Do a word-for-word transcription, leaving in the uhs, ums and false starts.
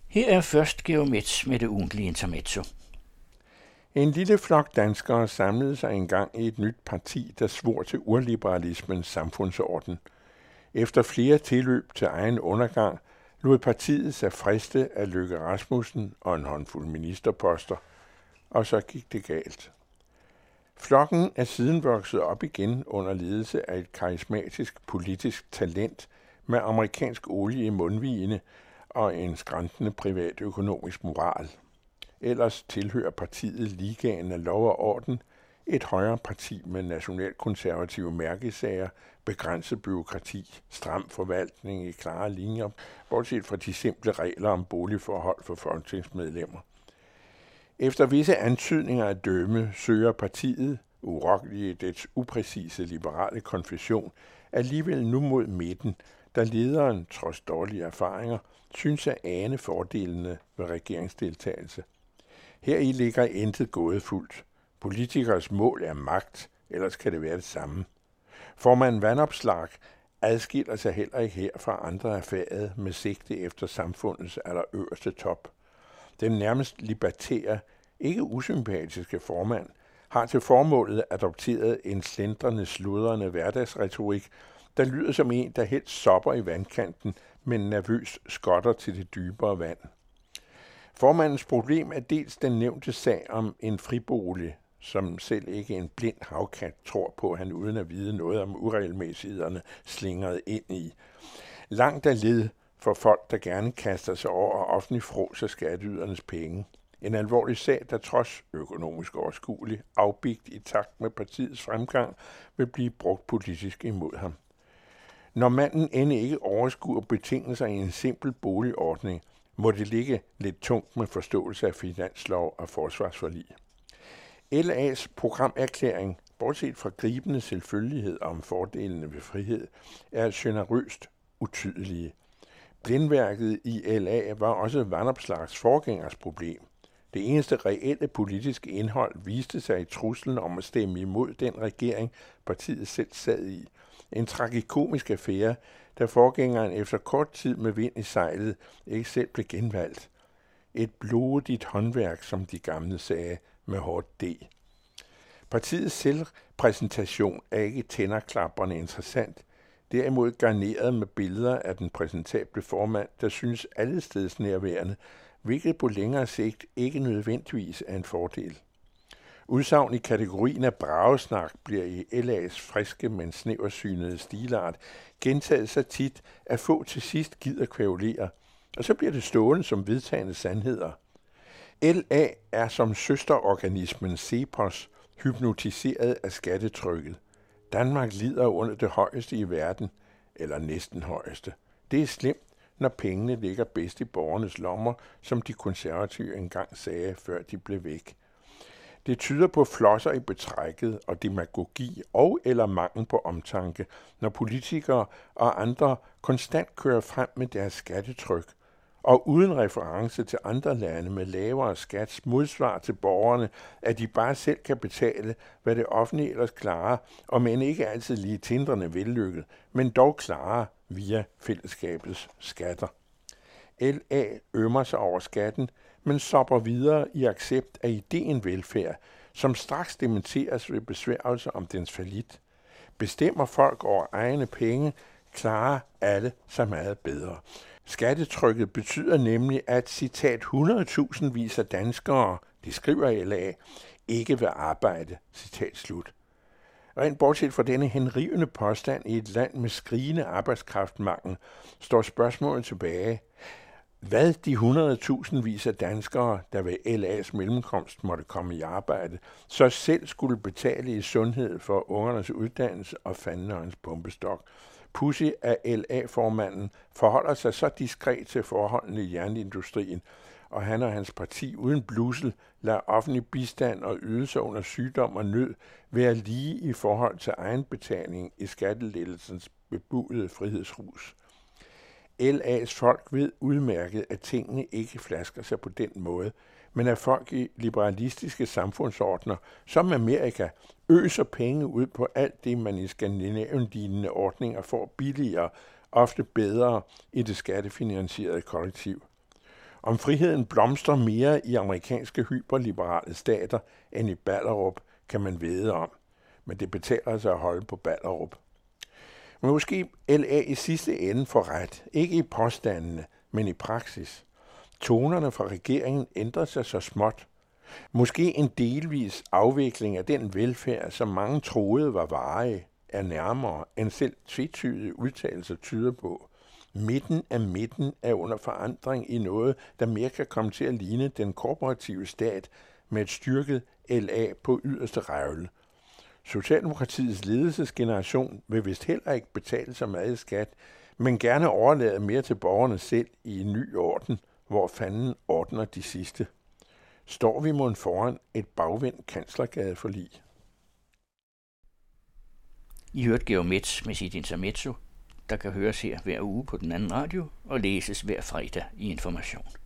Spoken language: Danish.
Her er først Geomets med det ugentlige intermezzo. En lille flok danskere samlede sig engang i et nyt parti, der svor til urliberalismens samfundsorden. Efter flere tilløb til egen undergang, lod partiet sig friste af Løkke Rasmussen og en håndfuld ministerposter, og så gik det galt. Flokken er siden vokset op igen under ledelse af et karismatisk politisk talent med amerikansk olie i mundvigene og en skrantende privatøkonomisk moral. Ellers tilhører partiet ligaen af lov og orden, et højere parti med nationalkonservative mærkesager, begrænset byråkrati, stram forvaltning i klare linjer, bortset fra de simple regler om boligforhold for folketingsmedlemmer. Efter visse antydninger af dømme søger partiet, urokkeligt i dets upræcise liberale konfession, alligevel nu mod midten, da lederen, trods dårlige erfaringer, synes at ane fordelene ved regeringsdeltagelse. Heri ligger intet gådefuldt. Politikers mål er magt, ellers kan det være det samme. Formanden Vandopslag adskiller sig heller ikke her fra andre af faget med sigte efter samfundets allerøverste top. Den nærmest libertære, ikke usympatiske formand har til formålet adopteret en slendrende, sludrende hverdagsretorik, der lyder som en, der helst sopper i vandkanten, men nervøst skotter til det dybere vand. Formandens problem er dels den nævnte sag om en fribolig, som selv ikke en blind havkat tror på, han uden at vide noget om uregelmæssighederne slingret ind i. Langt er led for folk, der gerne kaster sig over og offentligt frås af skatteydernes penge. En alvorlig sag, der trods økonomisk overskuelig, afbigt i takt med partiets fremgang, vil blive brugt politisk imod ham. Når manden end ikke overskuer betingelser i en simpel boligordning, må det ligge lidt tungt med forståelse af finanslov og forsvarsforlig. L A's programerklæring, bortset fra gribende selvfølgelighed om fordelene ved frihed, er generøst utydelige. Blindværket i L A var også Vandopslags forgængers problem. Det eneste reelle politiske indhold viste sig i truslen om at stemme imod den regering, partiet selv sad i. En tragikomisk affære, da forgængeren efter kort tid med vind i sejlet ikke selv blev genvalgt. Et blodigt håndværk, som de gamle sagde, med hårdt D. Partiets selvpræsentation er ikke tænderklapperne interessant, derimod garneret med billeder af den præsentable formand, der synes allesteds nærværende, hvilket på længere sigt ikke nødvendigvis er en fordel. Udsagn i kategorien af bragesnak bliver i L A's friske, men snæversynede stilart gentaget så tit, at få til sidst gider kvævlere, og så bliver det stående som vedtagende sandheder. L A er som søsterorganismen Cepos hypnotiseret af skattetrykket. Danmark lider under det højeste i verden, eller næsten højeste. Det er slemt, når pengene ligger bedst i borgernes lommer, som de konservative engang sagde, før de blev væk. Det tyder på flosser i betrækket og demagogi og eller mangel på omtanke, når politikere og andre konstant kører frem med deres skattetryk, og uden reference til andre lande med lavere skats modsvar til borgerne, at de bare selv kan betale, hvad det offentlige ellers klarer, og men ikke altid lige tindrende vellykket, men dog klarer via fællesskabets skatter. L A ømmer sig over skatten, men sopper videre i accept af ideen velfærd, som straks dementeres ved besværgelser om dens fallit. Bestemmer folk over egne penge, klarer alle sig meget bedre. Skattetrykket betyder nemlig, at citat hundredtusindvis af danskere, de skriver L A, ikke vil arbejde, citat slut. Rent bortset fra denne henrivende påstand i et land med skrigende arbejdskraftmangel, står spørgsmålet tilbage. Hvad de hundredtusindvis af danskere, der ved L A's mellemkomst måtte komme i arbejde, så selv skulle betale i sundhed for ungernes uddannelse og fandens pumpestok. Pudsig af L A-formanden forholder sig så diskret til forholdene i jernindustrien, og han og hans parti uden blussel lader offentlig bistand og ydelser under sygdom og nød være lige i forhold til egenbetaling i skattelettelsens bebudede frihedsrus. L A's folk ved udmærket, at tingene ikke flasker sig på den måde, men at folk i liberalistiske samfundsordner, som Amerika, øser penge ud på alt det, man i skandinavien-lignende ordninger får billigere, ofte bedre i det skattefinansierede kollektiv. Om friheden blomstrer mere i amerikanske hyperliberale stater end i Ballerup, kan man vide om, men det betaler sig at holde på Ballerup. Men måske L A i sidste ende får ret, ikke i påstandene, men i praksis. Tonerne fra regeringen ændrer sig så småt. Måske en delvis afvikling af den velfærd, som mange troede var varig, er nærmere end selv tvetydige udtalelser tyder på. Midten af midten er under forandring i noget, der mere kan komme til at ligne den korporative stat med et styrket L A på yderste revle. Socialdemokratiets ledelsesgeneration vil vist heller ikke betale så meget i skat, men gerne overlade mere til borgerne selv i en ny orden, hvor fanden ordner de sidste. Står vi mon foran et bagvendt kanslergadeforlig? I hørte Georg Metz med sit intermezzo, der kan høres her hver uge på den anden radio og læses hver fredag i Information.